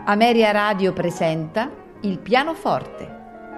Ameria Radio presenta Il pianoforte.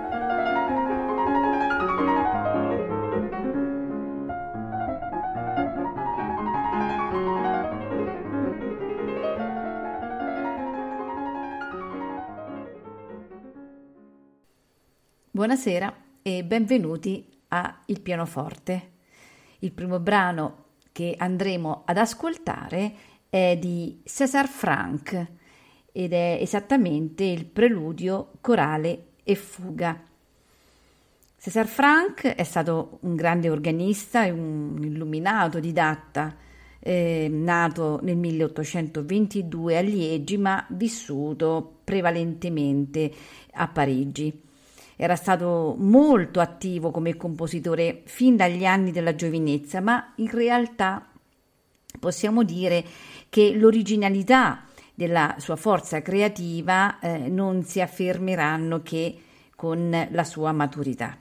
Buonasera e benvenuti a Il pianoforte. Il primo brano che andremo ad ascoltare è di César Franck ed è esattamente il preludio corale e fuga. César Franck è stato un grande organista e un illuminato didatta, nato nel 1822 a Liegi ma vissuto prevalentemente a Parigi. Era stato molto attivo come compositore fin dagli anni della giovinezza, ma in realtà possiamo dire che l'originalità della sua forza creativa non si affermeranno che con la sua maturità.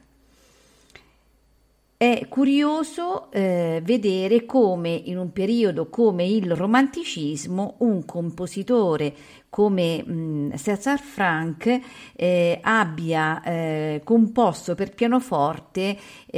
È curioso vedere come in un periodo come il romanticismo un compositore come César Franck abbia composto per pianoforte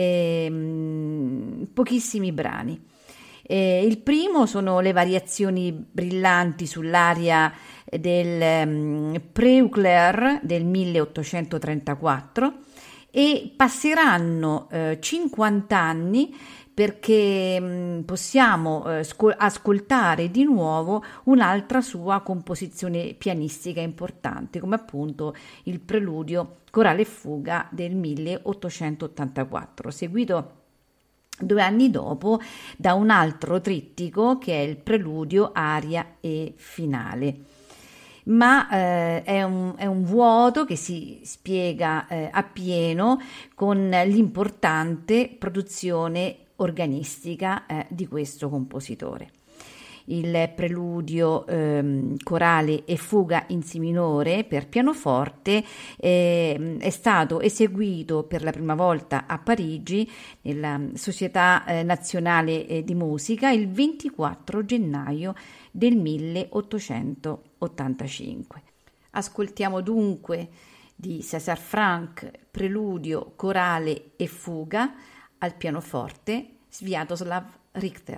pochissimi brani. Il primo sono le variazioni brillanti sull'aria del Prélude del 1834 e passeranno 50 anni perché possiamo ascoltare di nuovo un'altra sua composizione pianistica importante, come appunto il preludio corale e fuga del 1884, seguito 2 anni dopo da un altro trittico che è il preludio, aria e finale. Ma è un vuoto che si spiega appieno con l'importante produzione organistica di questo compositore. Il preludio corale e fuga in si minore per pianoforte è stato eseguito per la prima volta a Parigi nella Società Nazionale di Musica il 24 gennaio del 1885. Ascoltiamo dunque di César Franck preludio corale e fuga al pianoforte Sviatoslav Richter.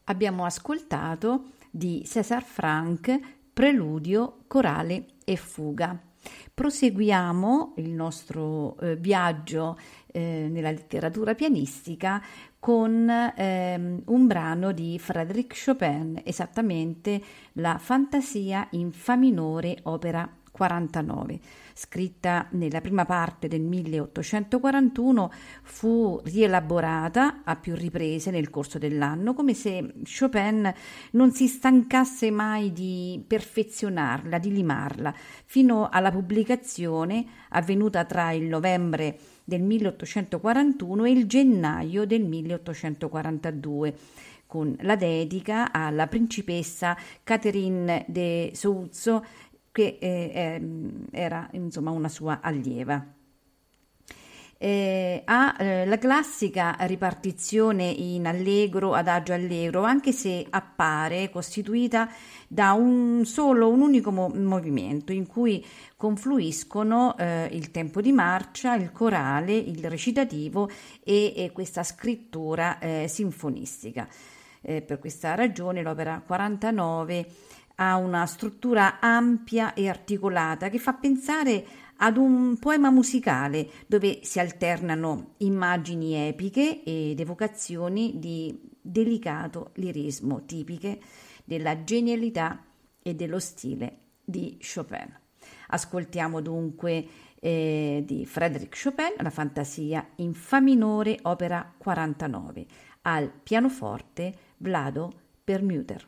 Abbiamo ascoltato di César Franck Preludio, corale e fuga. Proseguiamo il nostro viaggio nella letteratura pianistica con un brano di Frédéric Chopin, esattamente la Fantasia in Fa minore, opera 49. Scritta nella prima parte del 1841, fu rielaborata a più riprese nel corso dell'anno, come se Chopin non si stancasse mai di perfezionarla, di limarla, fino alla pubblicazione avvenuta tra il novembre del 1841 e il gennaio del 1842, con la dedica alla principessa Catherine de Souzzo, che era insomma una sua allieva. Ha la classica ripartizione in allegro, adagio, allegro, anche se appare costituita da un unico movimento in cui confluiscono il tempo di marcia, il corale, il recitativo e questa scrittura sinfonistica. Per questa ragione l'opera 49 ha una struttura ampia e articolata che fa pensare ad un poema musicale dove si alternano immagini epiche ed evocazioni di delicato lirismo tipiche della genialità e dello stile di Chopin. Ascoltiamo dunque di Frédéric Chopin la Fantasia in Fa minore, opera 49, al pianoforte Vlado Perlmutter.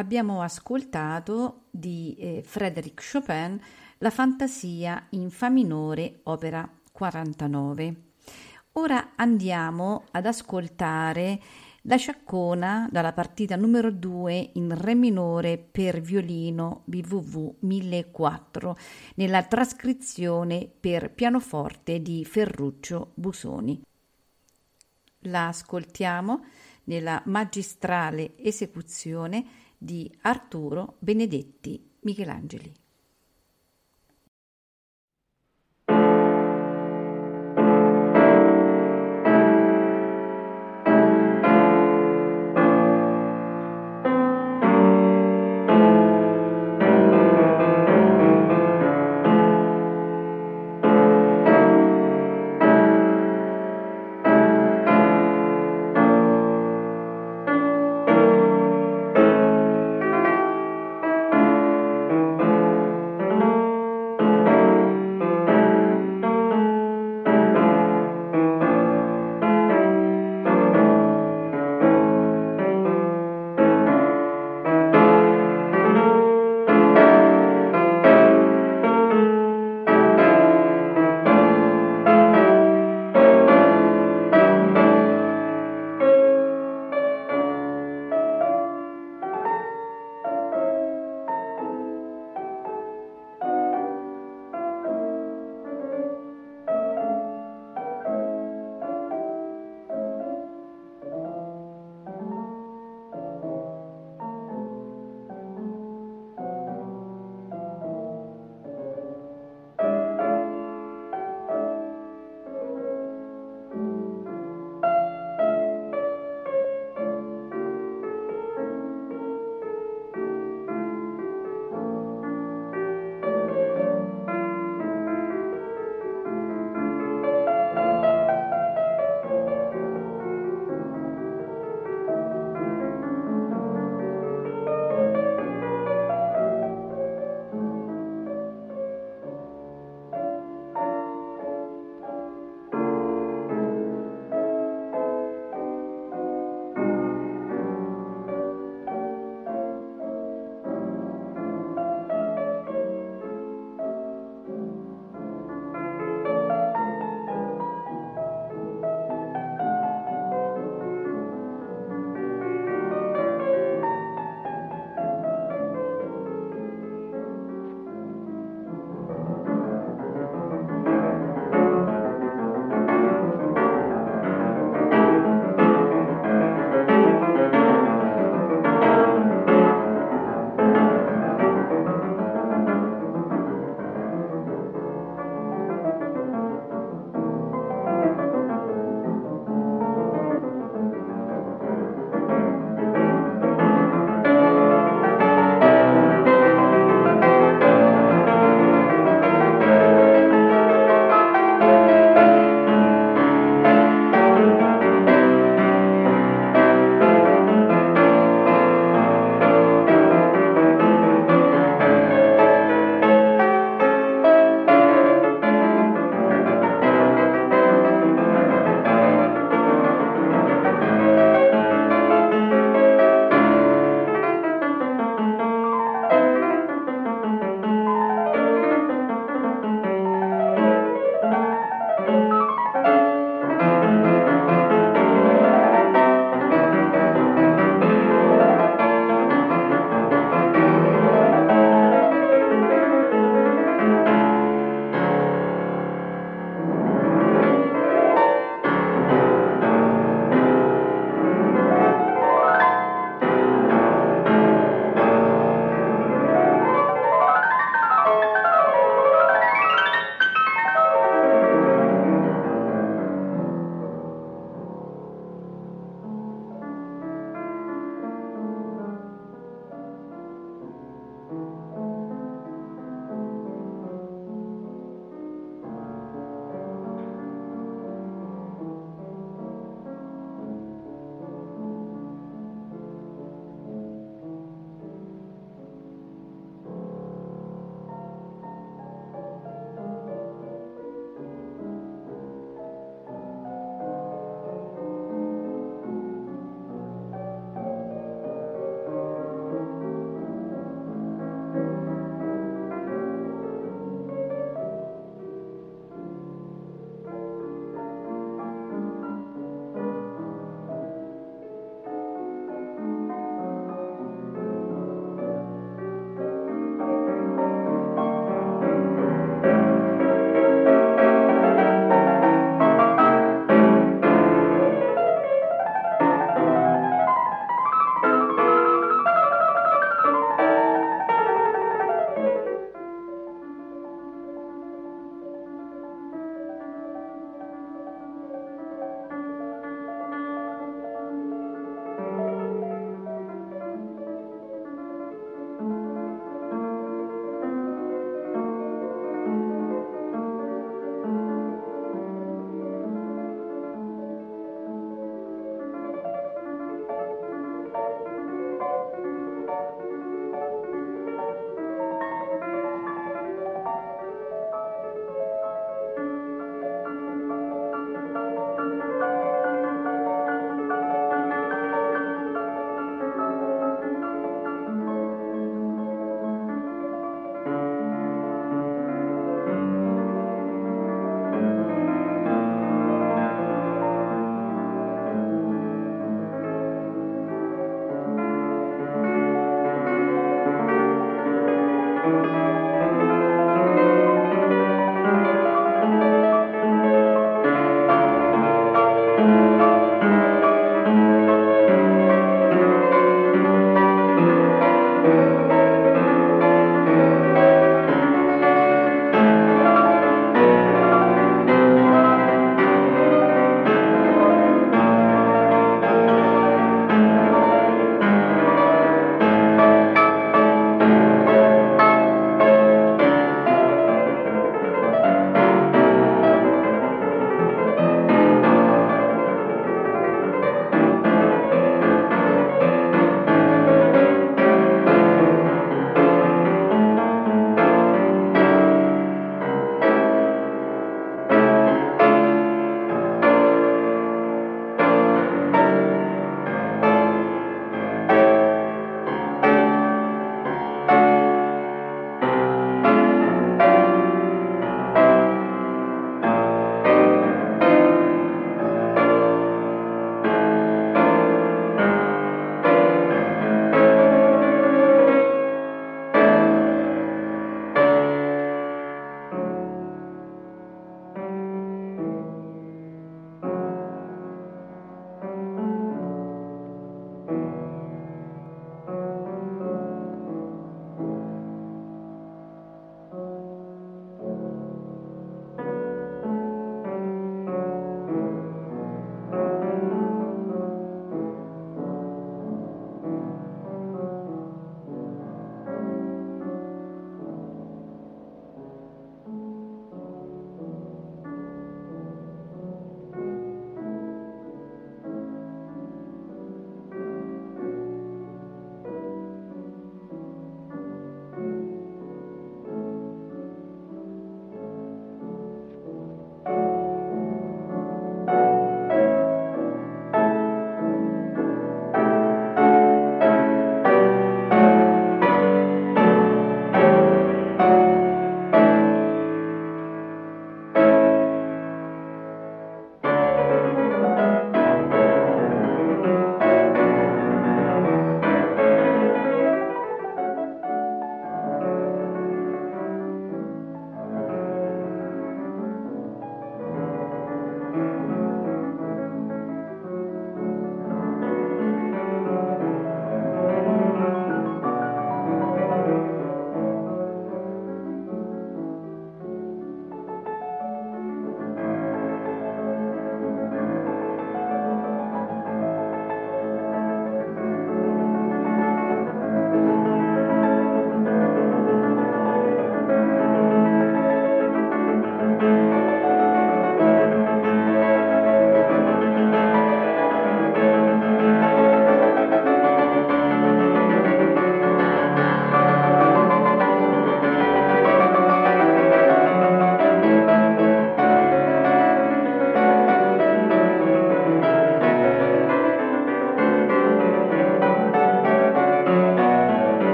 abbiamo ascoltato di Frédéric Chopin la Fantasia in Fa minore, opera 49. Ora andiamo ad ascoltare la Sciaccona dalla partita numero 2 in Re minore per violino BWV 1004 nella trascrizione per pianoforte di Ferruccio Busoni. La ascoltiamo nella magistrale esecuzione di Arturo Benedetti Michelangeli.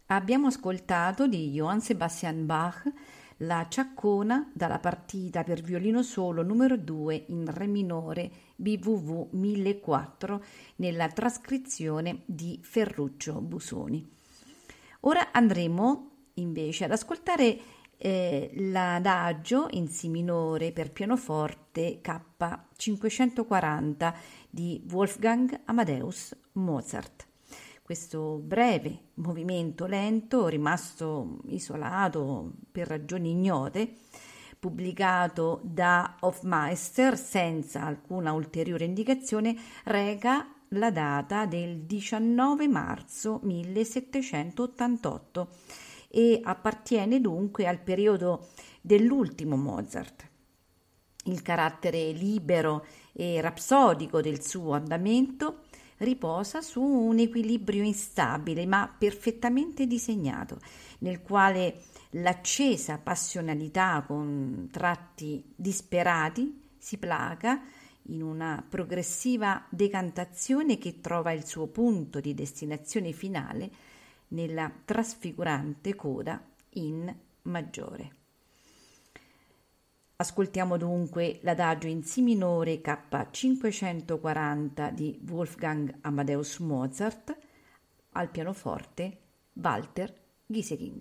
Abbiamo ascoltato di Johann Sebastian Bach la Ciaccona dalla partita per violino solo numero 2 in re minore BWV 1004 nella trascrizione di Ferruccio Busoni. Ora andremo invece ad ascoltare l'adagio in si minore per pianoforte K 540 di Wolfgang Amadeus Mozart. Questo breve movimento lento, rimasto isolato per ragioni ignote, pubblicato da Hofmeister senza alcuna ulteriore indicazione, reca la data del 19 marzo 1788 e appartiene dunque al periodo dell'ultimo Mozart. Il carattere libero e rapsodico del suo andamento riposa su un equilibrio instabile ma perfettamente disegnato, nel quale l'accesa passionalità con tratti disperati si placa in una progressiva decantazione che trova il suo punto di destinazione finale nella trasfigurante coda in maggiore. Ascoltiamo dunque l'adagio in si minore K 540 di Wolfgang Amadeus Mozart, al pianoforte Walter Gieseking.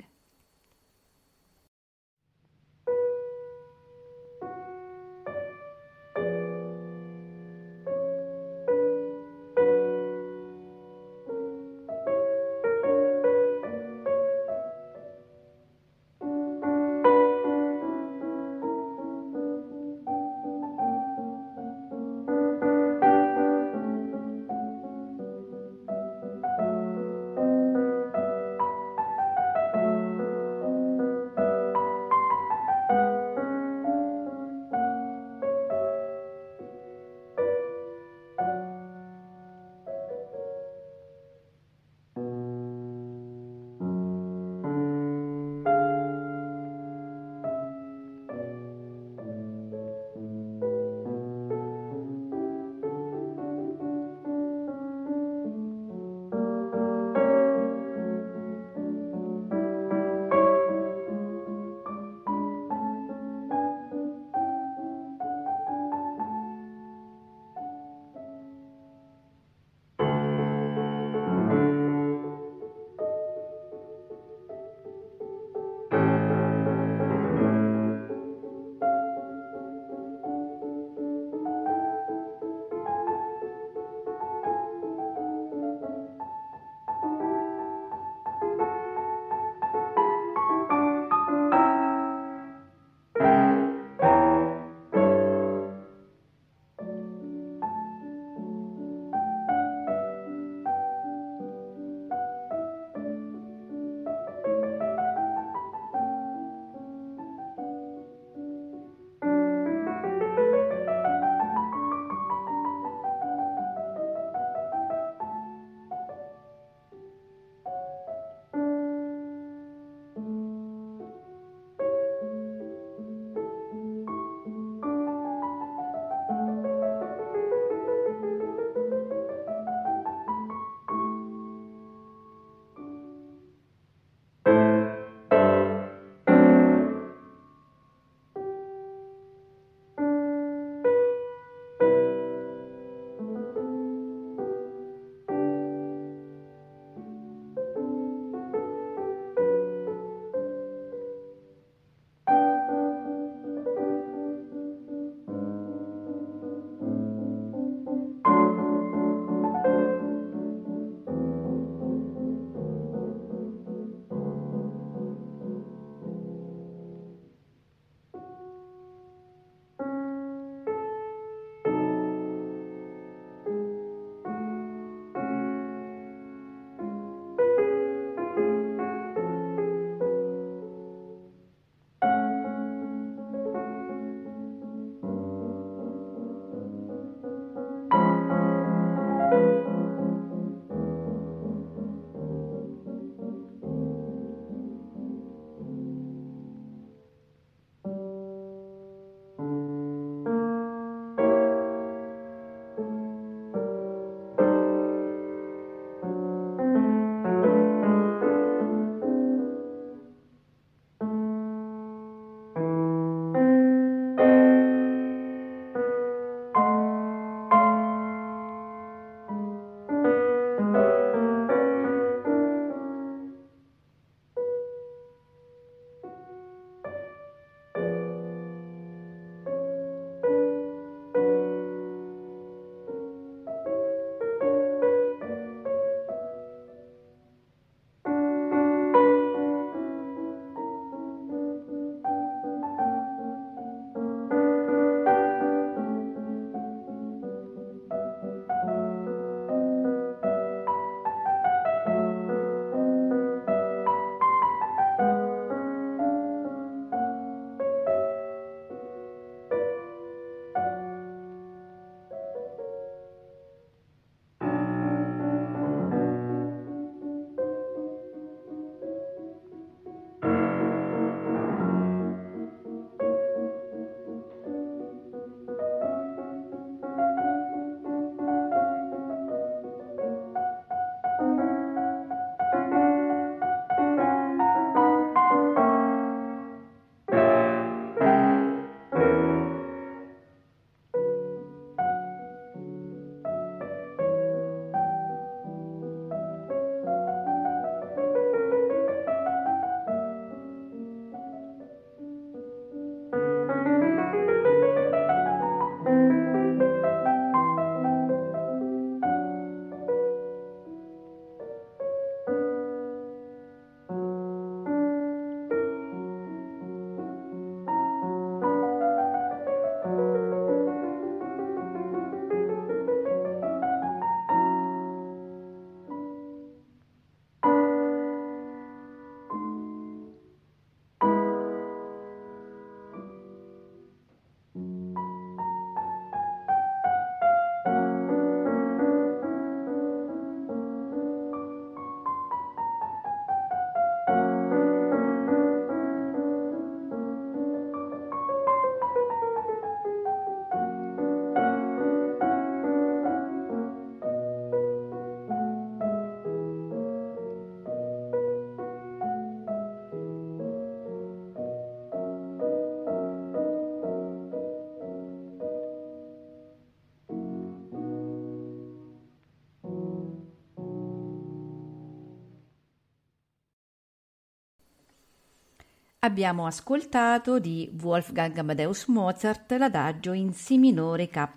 Abbiamo ascoltato di Wolfgang Amadeus Mozart l'adagio in Si minore K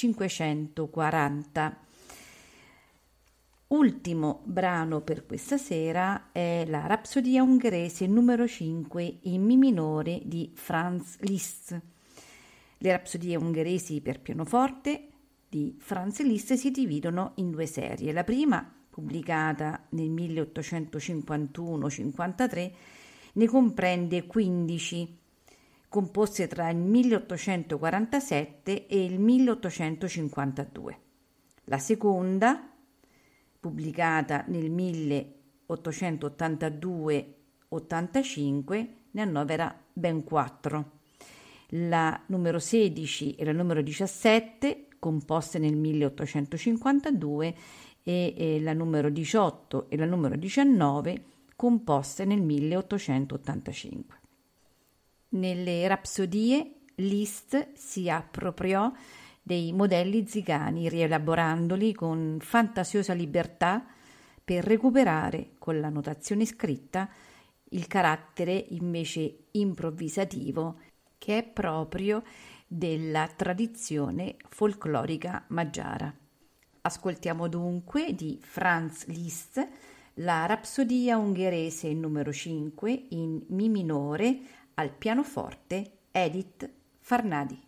540. Ultimo brano per questa sera è la Rapsodia ungherese numero 5 in Mi minore di Franz Liszt. Le rapsodie ungheresi per pianoforte di Franz Liszt si dividono in due serie. La prima, pubblicata nel 1851-53, ne comprende 15, composte tra il 1847 e il 1852. La seconda, pubblicata nel 1882-85, ne annovera ben 4. La numero 16 e la numero 17, composte nel 1852, e la numero 18 e la numero 19, composte nel 1885. Nelle rapsodie Liszt si appropriò dei modelli zigani, rielaborandoli con fantasiosa libertà per recuperare con la notazione scritta il carattere invece improvvisativo che è proprio della tradizione folclorica magiara. Ascoltiamo dunque di Franz Liszt la Rapsodia ungherese numero 5 in Mi minore al pianoforte Edith Farnadi.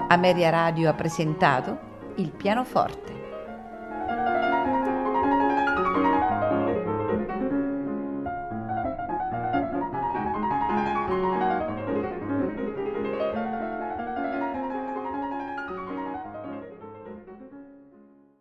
Ameria Radio ha presentato Il pianoforte.